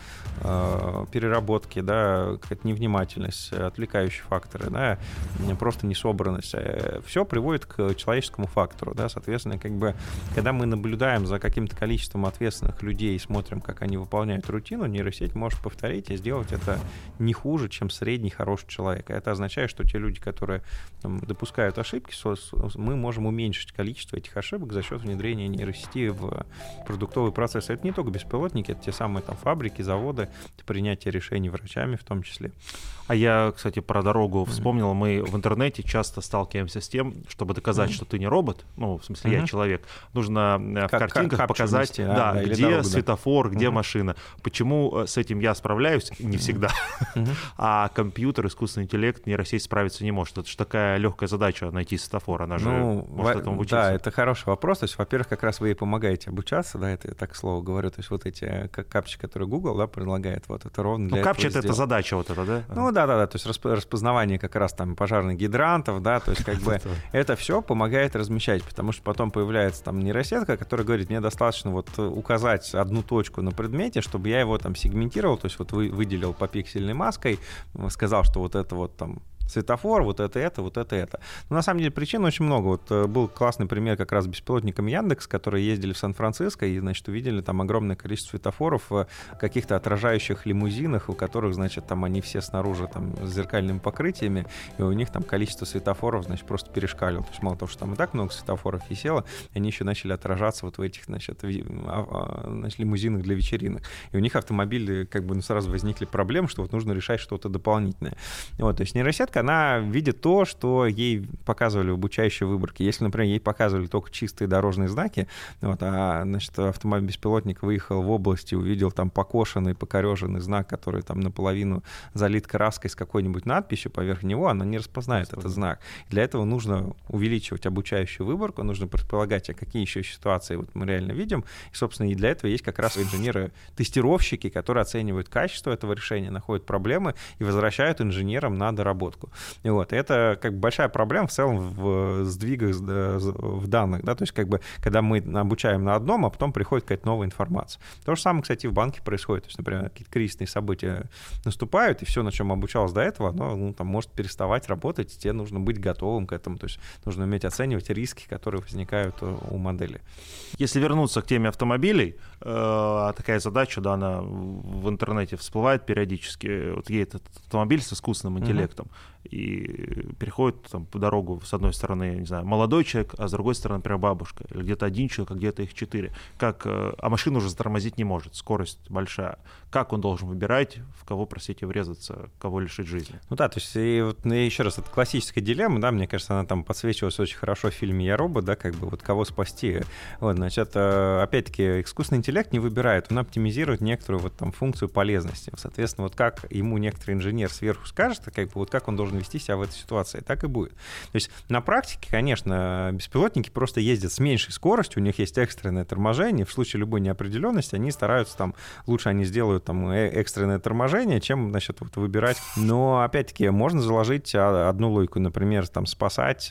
[SPEAKER 2] переработки, да, какая-то невнимательность, отвлекающие факторы, да, просто несобранность. Все приводит к человеческому фактору, да, соответственно, как бы, когда мы наблюдаем за каким-то количеством ответственных людей и смотрим, как они выполняют рутину, нейросеть может повторить и сделать это не хуже, чем средний хороший человек. Это означает, что те люди, которые там, допускают ошибки, мы можем уменьшить количество этих ошибок за счет внедрения нейросети в продуктовый процесс. Это не только беспилотники, это те самые там фабрики, заводы, это принятие решений врачами в том числе.
[SPEAKER 1] А я, кстати, про дорогу вспомнил. Мы в интернете часто сталкиваемся с тем, чтобы доказать, что ты не робот, ну, в смысле, я человек, нужно в картинках показать, да, где дорогу, светофор, где машина. Почему с этим я справляюсь? Не всегда. А компьютер, искусственный интеллект, нейросеть справиться не может. Это же такая легкая задача найти светофор, она же может этому учиться.
[SPEAKER 2] Да, это хороший вопрос. То есть, во-первых, как раз вы ей помогаете обучаться, да, это я так к слову говорю. То есть вот эти капчи, которые Google, да, предлагает, вот это ровно для этого.
[SPEAKER 1] Капча — это задача вот эта, да?
[SPEAKER 2] Ну да, то есть распознавание как раз там пожарных гидрантов, да, то есть как бы это все помогает размещать, потому что потом появляется там нейросетка, которая говорит, мне достаточно вот указать одну точку на предмете, чтобы я его там сегментировал, то есть вот выделил по пиксельной маской, сказал, что вот это вот там светофор, вот это, вот это. Но на самом деле причин очень много. Вот был классный пример как раз с беспилотником Яндекс, которые ездили в Сан-Франциско и, значит, увидели там огромное количество светофоров в каких-то отражающих лимузинах, у которых, значит, там они все снаружи там с зеркальными покрытиями, и у них там количество светофоров, значит, просто перешкалило. То есть мало того, что там и так много светофоров висело, они еще начали отражаться вот в этих, значит, лимузинах для вечеринок. И у них автомобили как бы сразу возникли проблемы, что вот нужно решать что-то дополнительное. Вот, то есть нейросетка, она видит то, что ей показывали в обучающей выборке. Если, например, ей показывали только чистые дорожные знаки, вот, а, значит, автомобиль-беспилотник выехал в область и увидел там покошенный, покореженный знак, который там наполовину залит краской с какой-нибудь надписью поверх него, она не распознает этот знак. Для этого нужно увеличивать обучающую выборку, нужно предполагать, а какие еще ситуации вот мы реально видим. И, собственно, и для этого есть как раз инженеры-тестировщики, которые оценивают качество этого решения, находят проблемы и возвращают инженерам на доработку. И вот. И это как бы большая проблема в целом в сдвигах в данных. Да? То есть как бы, когда мы обучаем на одном, а потом приходит какая-то новая информация. То же самое, кстати, в банке происходит. То есть, например, какие-то кризисные события наступают, и все, на чем обучалось до этого, оно там может переставать работать, и тебе нужно быть готовым к этому. То есть нужно уметь оценивать риски, которые возникают у модели.
[SPEAKER 1] Если вернуться к теме автомобилей, такая задача, да, она в интернете всплывает периодически. Вот едет этот автомобиль с искусственным интеллектом, и переходит там по дорогу, с одной стороны, не знаю, молодой человек, а с другой стороны, например, бабушка. Или где-то один человек, а где-то их 4. А машина уже затормозить не может, скорость большая. Как он должен выбирать, в кого, простите, врезаться, кого лишить жизни?
[SPEAKER 2] Ну да, то есть, и вот, еще раз, это классическая дилемма, да, мне кажется, она там подсвечивалась очень хорошо в фильме «Я робот», да, как бы вот кого спасти. Вот, значит, опять-таки, искусственный интеллект не выбирает, он оптимизирует некоторую вот там функцию полезности. Соответственно, вот как ему некоторый инженер сверху скажет, как бы вот как он должен вести себя в этой ситуации, так и будет. То есть на практике, конечно, беспилотники просто ездят с меньшей скоростью, у них есть экстренное торможение, в случае любой неопределенности они стараются там, лучше они сделают там экстренное торможение, чем, значит, вот выбирать. Но, опять-таки, можно заложить одну логику, например, там спасать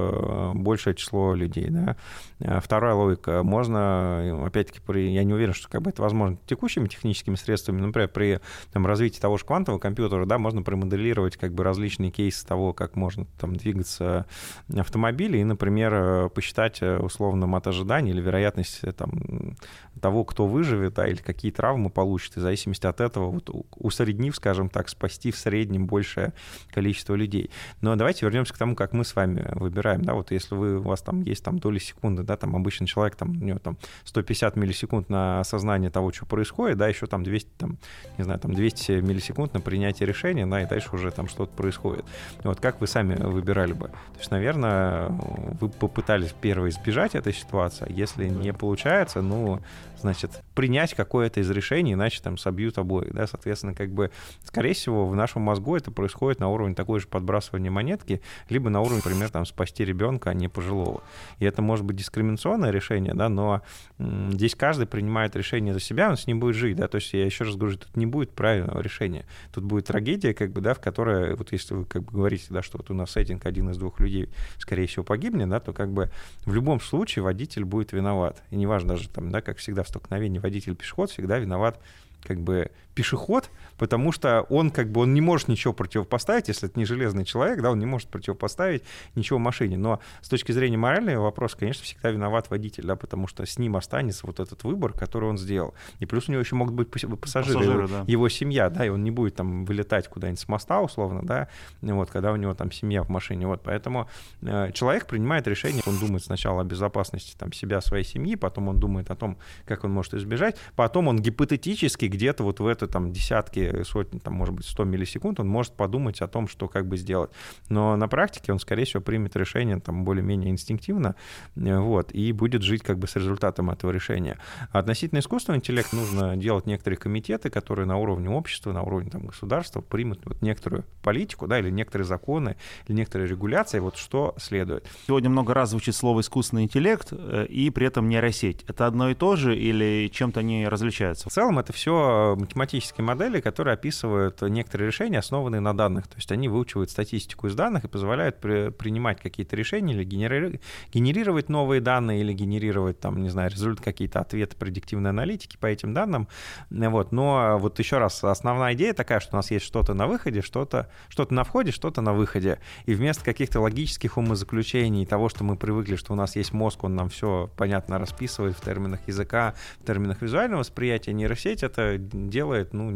[SPEAKER 2] большее число людей, да. Вторая логика, можно, опять-таки, я не уверен, что как бы это возможно текущими техническими средствами, например, при там, развитии того же квантового компьютера, да, можно промоделировать как бы различные кейсы того, как можно там двигаться автомобили, и, например, посчитать условно мат ожидания или вероятность там, того, кто выживет, да, или какие травмы получит, и в зависимости от этого, вот, усреднив, скажем так, спасти в среднем большее количество людей. Но давайте вернемся к тому, как мы с вами выбираем, да, вот если у вас там есть там доли секунды, да, там обычный человек, там, у него там 150 миллисекунд на осознание того, что происходит, да, еще там 200, там, не знаю, там 200 миллисекунд на принятие решения, да, и дальше уже там что-то происходит. Вот как вы сами выбирали бы? То есть, наверное, вы попытались первое избежать этой ситуации, если не получается, ну, значит, принять какое-то из решений, иначе там собьют обоих, да, соответственно, как бы, скорее всего, в нашем мозгу это происходит на уровне такой же подбрасывания монетки, либо на уровне, например, там, спасти ребенка, а не пожилого. И это может быть дискриминационное решение, да, но здесь каждый принимает решение за себя, он с ним будет жить, да, то есть я еще раз говорю, тут не будет правильного решения, тут будет трагедия, как бы, да, в которой, вот если вы как бы говорите, да, что вот у нас сеттинг один из двух людей, скорее всего, погибнет, да, то как бы в любом случае водитель будет виноват. И неважно даже там, да, как всегда в столкновении водитель-пешеход, всегда виноват как бы пешеход, потому что он как бы он не может ничего противопоставить, если это не железный человек, да, он не может противопоставить ничего машине. Но с точки зрения морального вопроса, конечно, всегда виноват водитель, да, потому что с ним останется вот этот выбор, который он сделал. И плюс у него еще могут быть пассажиры да. Его семья, да, и он не будет там вылетать куда-нибудь с моста, условно, да, вот, когда у него там семья в машине. Вот, поэтому человек принимает решение, он думает сначала о безопасности там себя, своей семьи, потом он думает о том, как он может избежать, потом он гипотетически где-то вот в это там десятки, сотни, там, может быть, 100 миллисекунд он может подумать о том, что как бы сделать. Но на практике он, скорее всего, примет решение там более-менее инстинктивно, вот, и будет жить как бы с результатом этого решения. А относительно искусственного интеллекта нужно делать некоторые комитеты, которые на уровне общества, на уровне там государства примут вот некоторую политику, да, или некоторые законы, или некоторые регуляции, вот что следует.
[SPEAKER 1] Сегодня много раз звучит слово искусственный интеллект и при этом нейросеть. Это одно и то же или чем-то они различаются?
[SPEAKER 2] В целом это все математические модели, которые описывают некоторые решения, основанные на данных. То есть они выучивают статистику из данных и позволяют принимать какие-то решения или генерировать новые данные, или генерировать, там, не знаю, какие-то ответы предиктивной аналитики по этим данным. Вот. Но вот еще раз, основная идея такая, что у нас есть что-то на выходе, что-то на входе, что-то на выходе. И вместо каких-то логических умозаключений, того, что мы привыкли, что у нас есть мозг, он нам все понятно расписывает в терминах языка, в терминах визуального восприятия, нейросеть это делает, ну, некоторым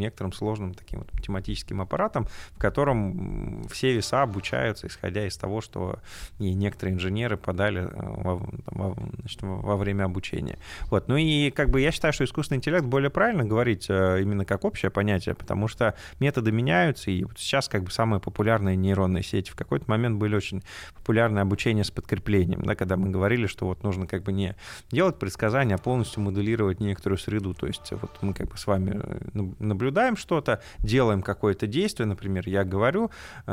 [SPEAKER 2] сложным таким вот математическим аппаратом, в котором все веса обучаются, исходя из того, что и некоторые инженеры подали во время обучения. Вот. Ну и как бы я считаю, что искусственный интеллект более правильно говорить именно как общее понятие, потому что методы меняются, и вот сейчас как бы самые популярные нейронные сети в какой-то момент были очень популярны обучение с подкреплением, да, когда мы говорили, что вот нужно как бы не делать предсказания, а полностью моделировать некоторую среду. То есть вот мы как бы с вами наблюдаем что-то, делаем какое-то действие, например, я говорю,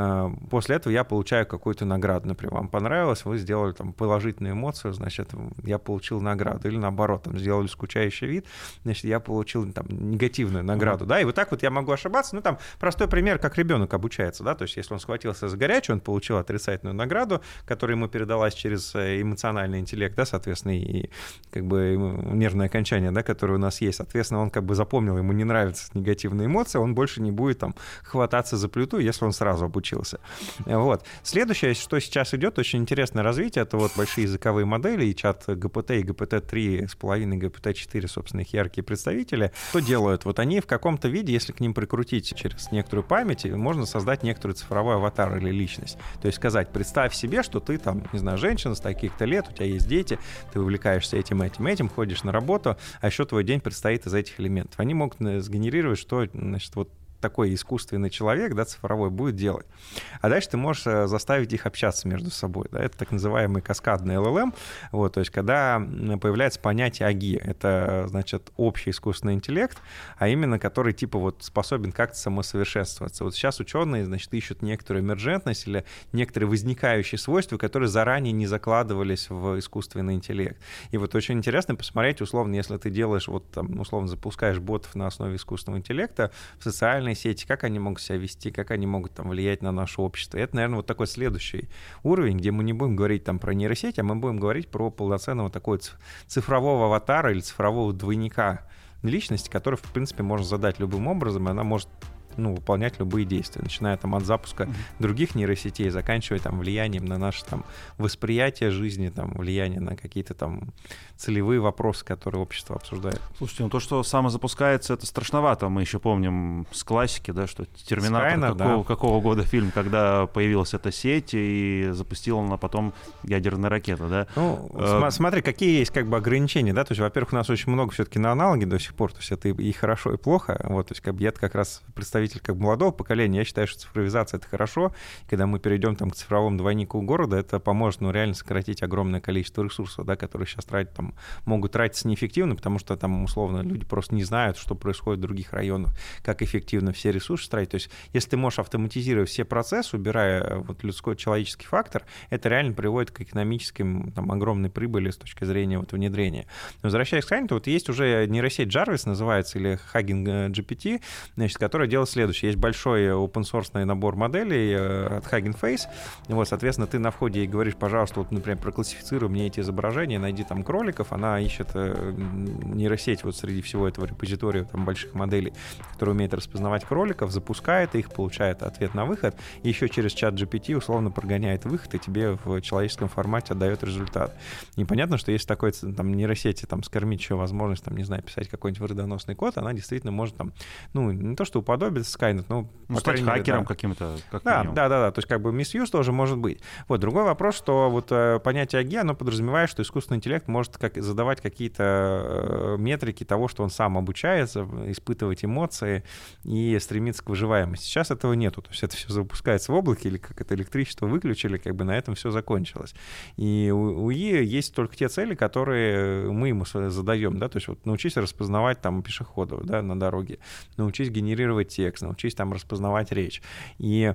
[SPEAKER 2] после этого я получаю какую-то награду. Например, вам понравилось, вы сделали там положительную эмоцию, значит, я получил награду. Или наоборот, там, сделали скучающий вид, значит, я получил там негативную награду. Да, и вот так вот я могу ошибаться. Ну, там простой пример, как ребенок обучается, да, то есть если он схватился за горячую, он получил отрицательную награду, которая ему передалась через эмоциональный интеллект, да, соответственно, и как бы нервное окончание, да, которое у нас есть. Соответственно, он как бы запомнил, ему не нравятся негативные эмоции, он больше не будет там хвататься за плиту, если он сразу обучился. Вот. Следующее, что сейчас идет, очень интересное развитие, это вот большие языковые модели, и чат GPT, и GPT-3 с половиной, GPT-4, собственно, их яркие представители. Что делают? Вот они в каком-то виде, если к ним прикрутить через некоторую память, можно создать некоторый цифровой аватар или личность. То есть сказать, представь себе, что ты там, не знаю, женщина с таких-то лет, у тебя есть дети, ты увлекаешься этим, ходишь на работу, а еще твой день предстоит из этих элементов. Они могут сгенерировать, что, значит, вот такой искусственный человек, да, цифровой, будет делать. А дальше ты можешь заставить их общаться между собой. Да? Это так называемый каскадный LLM. Вот, то есть когда появляется понятие АГИ, это, значит, общий искусственный интеллект, а именно который типа вот способен как-то самосовершенствоваться. Вот сейчас ученые, значит, ищут некоторую эмерджентность или некоторые возникающие свойства, которые заранее не закладывались в искусственный интеллект. И вот очень интересно посмотреть, условно, если ты делаешь, вот там, условно, запускаешь ботов на основе искусственного интеллекта в социальной сети, как они могут себя вести, как они могут там влиять на наше общество. И это, наверное, вот такой следующий уровень, где мы не будем говорить там про нейросеть, а мы будем говорить про полноценного такого цифрового аватара или цифрового двойника личности, который, в принципе, можно задать любым образом, и она может выполнять любые действия, начиная там от запуска других нейросетей, заканчивая там влиянием на наше там восприятие жизни, там влияние на какие-то там целевые вопросы, которые общество обсуждает.
[SPEAKER 1] Слушайте, то, что самозапускается, это страшновато. Мы еще помним с классики, да, что «Терминатор», какого года фильм, когда появилась эта сеть и запустила она потом ядерная ракета, да?
[SPEAKER 2] Ну, смотри, какие есть как бы ограничения, да, то есть, во-первых, у нас очень много все-таки на аналоги до сих пор, то есть это и хорошо, и плохо, вот, то есть как бы я как раз представитель как молодого поколения, я считаю, что цифровизация — это хорошо. Когда мы перейдем там к цифровому двойнику города, это поможет, реально сократить огромное количество ресурсов, да, которые сейчас могут тратиться неэффективно, потому что там, условно, люди просто не знают, что происходит в других районах, как эффективно все ресурсы тратить. То есть если ты можешь автоматизировать все процессы, убирая вот людской человеческий фактор, это реально приводит к экономическим там огромной прибыли с точки зрения вот внедрения. Но возвращаясь к Саниту, вот есть уже нейросеть Jarvis называется, или Hugging GPT, значит, которая делает следующее. Есть большой open-source набор моделей от Hugging Face. Вот, соответственно, ты на входе ей говоришь, пожалуйста, вот, например, проклассифицируй мне эти изображения, найди там кроликов. Она ищет нейросеть вот среди всего этого репозитория там больших моделей, которые умеют распознавать кроликов, запускает их, получает ответ на выход, и еще через чат GPT условно прогоняет выход и тебе в человеческом формате отдает результат. И понятно, что если такой там нейросети там скормить еще возможность, там, не знаю, писать какой-нибудь вредоносный код, она действительно может там, не то что уподобиться Skynet, но
[SPEAKER 1] стать хакером каким-то, как минимум.
[SPEAKER 2] Да, то есть как бы misuse тоже может быть. Вот другой вопрос, что вот понятие АГИ, оно подразумевает, что искусственный интеллект может задавать какие-то метрики того, что он сам обучается, испытывать эмоции и стремиться к выживаемости. Сейчас этого нету, то есть это все запускается в облаке, или как это электричество выключили, как бы на этом все закончилось. И у ИИ есть только те цели, которые мы ему задаем, да, то есть вот научись распознавать там пешеходов, да, на дороге, научись генерировать текст, научись там распознавать речь. И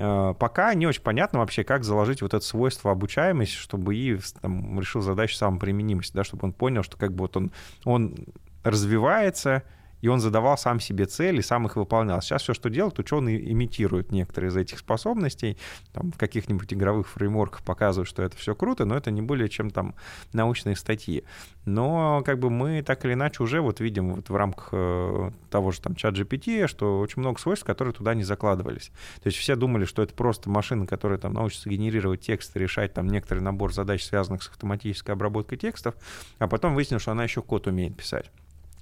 [SPEAKER 2] пока не очень понятно вообще, как заложить вот это свойство обучаемости, чтобы ИИ там решил задачу самоприменимости, да, чтобы он понял, что как бы вот он развивается, и он задавал сам себе цели, сам их выполнял. Сейчас все, что делают, ученые имитируют некоторые из этих способностей, там, в каких-нибудь игровых фреймворках показывают, что это все круто, но это не более чем там научные статьи. Но как бы мы так или иначе уже вот видим вот в рамках того же там ChatGPT, что очень много свойств, которые туда не закладывались. То есть все думали, что это просто машина, которая там научится генерировать текст и решать там некоторый набор задач, связанных с автоматической обработкой текстов, а потом выяснилось, что она еще код умеет писать.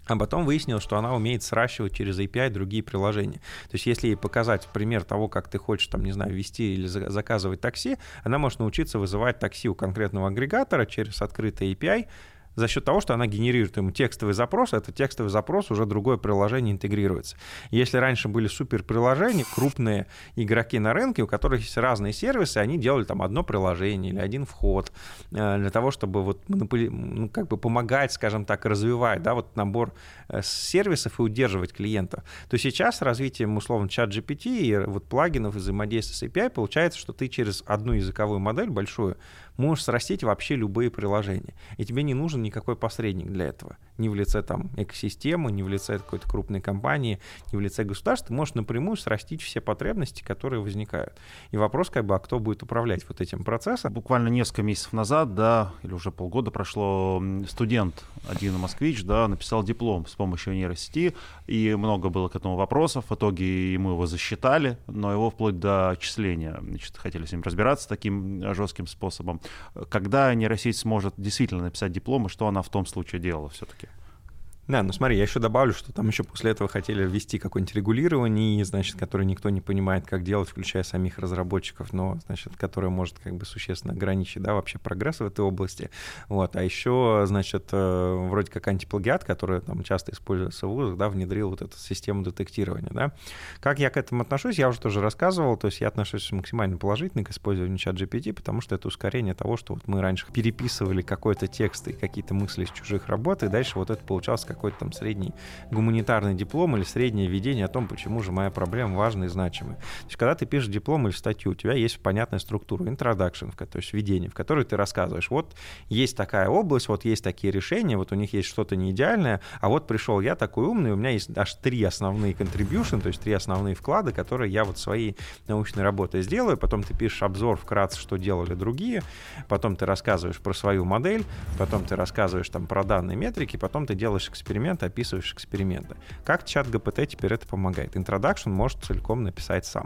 [SPEAKER 2] А потом выяснилось, что она умеет сращивать через API другие приложения. То есть если ей показать пример того, как ты хочешь, там, не знаю, вести или заказывать такси, она может научиться вызывать такси у конкретного агрегатора через открытый API, за счет того, что она генерирует ему текстовый запрос, этот текстовый запрос уже другое приложение интегрируется. Если раньше были суперприложения, крупные игроки на рынке, у которых есть разные сервисы, они делали там одно приложение или один вход для того, чтобы вот, как бы помогать, скажем так, развивать, да, вот набор сервисов и удерживать клиентов, то сейчас с развитием, условно, ChatGPT и вот плагинов и взаимодействия с API получается, что ты через одну языковую модель большую можешь срастить вообще любые приложения. И тебе не нужен никакой посредник для этого. Ни в лице там экосистемы, ни в лице какой-то крупной компании, ни в лице государства. Ты можешь напрямую срастить все потребности, которые возникают. И вопрос, как бы, а кто будет управлять вот этим процессом?
[SPEAKER 1] Буквально несколько месяцев назад, да, или уже полгода прошло, студент, один москвич, да, написал диплом с помощью нейросети, и много было к этому вопросов. В итоге ему его засчитали, но его вплоть до отчисления. Значит, хотели с ним разбираться таким жестким способом. Когда нейросеть сможет действительно написать диплом, и что она в том случае делала все-таки?
[SPEAKER 2] Да, ну смотри, я еще добавлю, что там еще после этого хотели ввести какое-нибудь регулирование, значит, которое никто не понимает, как делать, включая самих разработчиков, но, значит, которое может как бы существенно ограничить, да, вообще прогресс в этой области. Вот, а еще, значит, вроде как антиплагиат, который там часто используется в вузах, да, внедрил вот эту систему детектирования, да. Как я к этому отношусь, я уже тоже рассказывал, то есть я отношусь максимально положительно к использованию ChatGPT, потому что это ускорение того, что вот мы раньше переписывали какой-то текст и какие-то мысли из чужих работ, и дальше вот это получалось какой-то там средний гуманитарный диплом или среднее видение о том, почему же моя проблема важна и значимая. То есть, когда ты пишешь диплом или статью, у тебя есть понятная структура, introduction, то есть введение, в которой ты рассказываешь, вот есть такая область, вот есть такие решения, вот у них есть что-то не идеальное, а вот пришел я такой умный, у меня есть аж 3 основные contribution, то есть 3 основные вклады, которые я вот своей научной работой сделаю, потом ты пишешь обзор вкратце, что делали другие, потом ты рассказываешь про свою модель, потом ты рассказываешь там про данные метрики, потом ты делаешь эксперименты, описываешь эксперименты. Как чат ГПТ теперь это помогает? Introduction может целиком написать сам.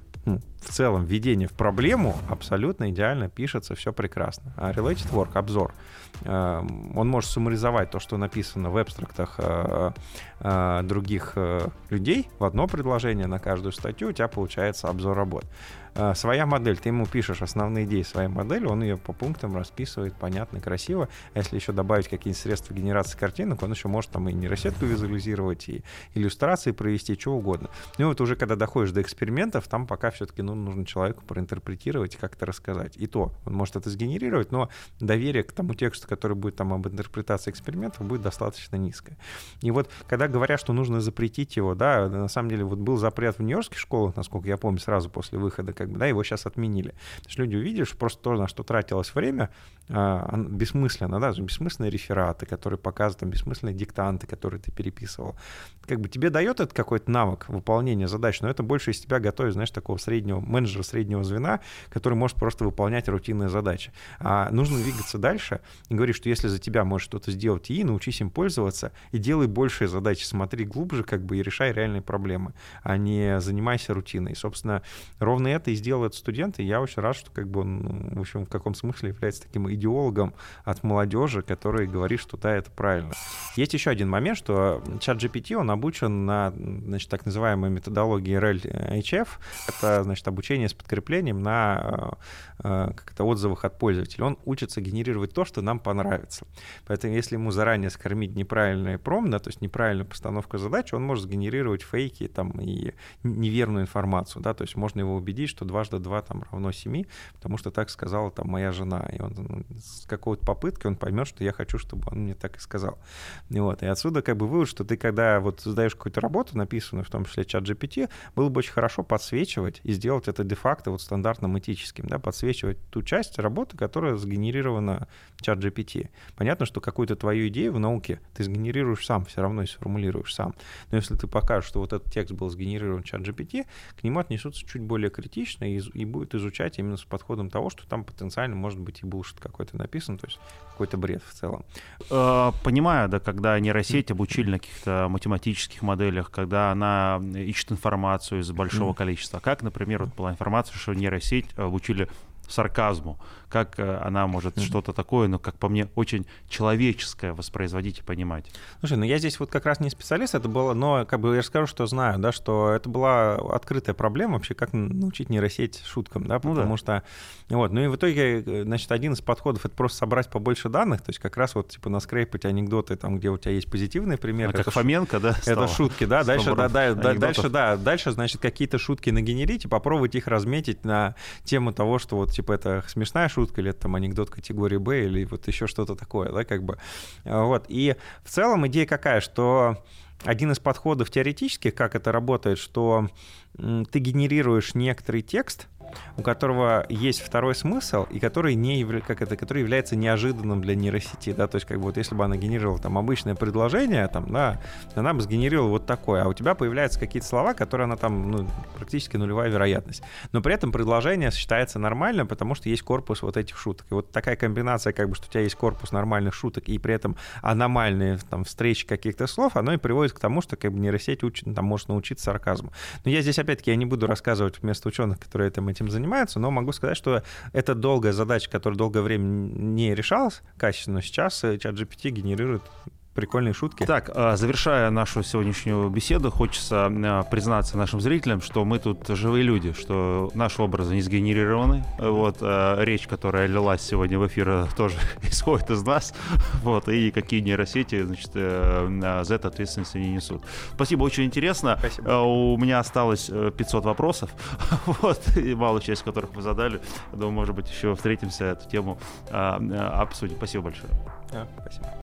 [SPEAKER 2] В целом, введение в проблему абсолютно идеально пишется, все прекрасно. А Related Work, обзор, он может суммаризовать то, что написано в абстрактах других людей в одно предложение на каждую статью, у тебя получается обзор работ. Своя модель, ты ему пишешь основные идеи своей модели, он ее по пунктам расписывает понятно, красиво. А если еще добавить какие-нибудь средства генерации картинок, он еще может там и нейросетку визуализировать, и иллюстрации провести, что угодно. Ну и вот уже когда доходишь до экспериментов, там пока все-таки нужно человеку проинтерпретировать и как-то рассказать. И то, он может это сгенерировать, но доверие к тому тексту, который будет там об интерпретации экспериментов, будет достаточно низкое. И вот когда говорят, что нужно запретить его, да, на самом деле вот был запрет в нью-йоркских школах, насколько я помню, сразу после выхода, как бы, да, его сейчас отменили. То есть люди увидели, что просто то, на что тратилось время, бессмысленно, да, бессмысленные рефераты, которые показывают, там, бессмысленные диктанты, которые ты переписывал. Как бы тебе дает это какой-то навык выполнения задач, но это больше из тебя готовит, знаешь, такого среднего менеджера, среднего звена, который может просто выполнять рутинные задачи. А нужно двигаться дальше и говорить, что если за тебя может что-то сделать ИИ, научись им пользоваться и делай большие задачи, смотри глубже, как бы, и решай реальные проблемы, а не занимайся рутиной. И, собственно, ровно это и сделал этот студент, и я очень рад, что, как бы, он, в общем, в каком смысле является таким идеологом от молодежи, который говорит, что да, это правильно. Есть еще один момент, что ChatGPT, он обучен на, значит, так называемой методологии RELHF, это, значит, обучение с подкреплением на как-то отзывах от пользователей. Он учится генерировать то, что нам понравится. Поэтому если ему заранее скормить неправильный промпт, да, то есть неправильную постановку задачи, он может сгенерировать фейки там, и неверную информацию. Да, то есть можно его убедить, что 2 × 2 там, равно 7, потому что так сказала там, моя жена. И он с какой-то попыткой он поймет, что я хочу, чтобы он мне так и сказал. И, вот, и отсюда как бы вывод, что ты, когда вот создаешь какую-то работу, написанную в том числе ChatGPT, было бы очень хорошо подсвечивать и сделать это де-факто вот стандартным этическим, да, подсвечивать ту часть работы, которая сгенерирована ChatGPT. Понятно, что какую-то твою идею в науке ты сгенерируешь сам, все равно и сформулируешь сам. Но если ты покажешь, что вот этот текст был сгенерирован ChatGPT, к нему отнесутся чуть более критично и будет изучать именно с подходом того, что там потенциально может быть и bullshit какой-то написан, то есть какой-то бред в целом.
[SPEAKER 1] Понимаю, да, когда нейросеть обучили на каких-то математических моделях, когда она ищет информацию из большого количества. Как, например, вот была информация, что нейросеть обучили сарказму, как она может что-то такое, ну, как по мне, очень человеческое воспроизводить и понимать.
[SPEAKER 2] Слушай, ну я здесь вот как раз не специалист, это было, но как бы я скажу, что знаю, да, что это была открытая проблема вообще, как научить нейросеть шуткам, да, потому что, вот, ну и в итоге, значит, один из подходов — это просто собрать побольше данных, то есть как раз вот, типа, наскрепать анекдоты, там, где у тебя есть позитивные примеры.
[SPEAKER 1] Как Фоменко, да?
[SPEAKER 2] Это шутки, да, дальше, значит, какие-то шутки нагенерить и попробовать их разметить на тему того, что вот, типа, это смешная шутка или это там анекдот категории Б или вот еще что-то такое, да, как бы. Вот, и в целом идея какая, что один из подходов теоретических, как это работает, что ты генерируешь некоторый текст, у которого есть второй смысл, и который, который является неожиданным для нейросети, да, то есть как бы вот если бы она генерировала там обычное предложение, там, да, она бы сгенерировала вот такое, а у тебя появляются какие-то слова, которые она там, ну, практически нулевая вероятность, но при этом предложение считается нормальным, потому что есть корпус вот этих шуток, и вот такая комбинация, как бы, что у тебя есть корпус нормальных шуток и при этом аномальные там встречи каких-то слов, оно и приводит к тому, что как бы нейросеть там может научиться сарказму. Но я здесь опять-таки я не буду рассказывать вместо ученых, которые этим занимаются, но могу сказать, что это долгая задача, которая долгое время не решалась качественно. Сейчас ChatGPT генерирует прикольные шутки.
[SPEAKER 1] Так, завершая нашу сегодняшнюю беседу, хочется признаться нашим зрителям, что мы тут живые люди, что наши образы не сгенерированы. Вот, речь, которая лилась сегодня в эфир, тоже исходит из нас. Вот, и какие нейросети, значит, за это ответственность не несут. Спасибо, очень интересно.
[SPEAKER 2] Спасибо.
[SPEAKER 1] У меня осталось 500 вопросов, вот, и малую часть которых вы задали. Думаю, может быть, еще встретимся, эту тему обсудим. Спасибо большое.
[SPEAKER 2] Спасибо.